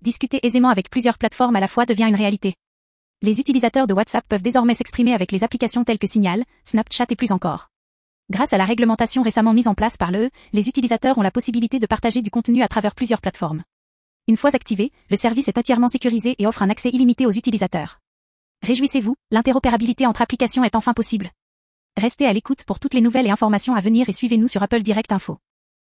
Discuter aisément avec plusieurs plateformes à la fois devient une réalité. Les utilisateurs de WhatsApp peuvent désormais s'exprimer avec les applications telles que Signal, Snapchat et plus encore. Grâce à la réglementation récemment mise en place par l'UE, les utilisateurs ont la possibilité de partager du contenu à travers plusieurs plateformes. Une fois activé, le service est entièrement sécurisé et offre un accès illimité aux utilisateurs. Réjouissez-vous, l'interopérabilité entre applications est enfin possible. Restez à l'écoute pour toutes les nouvelles et informations à venir et suivez-nous sur Apple Direct Info.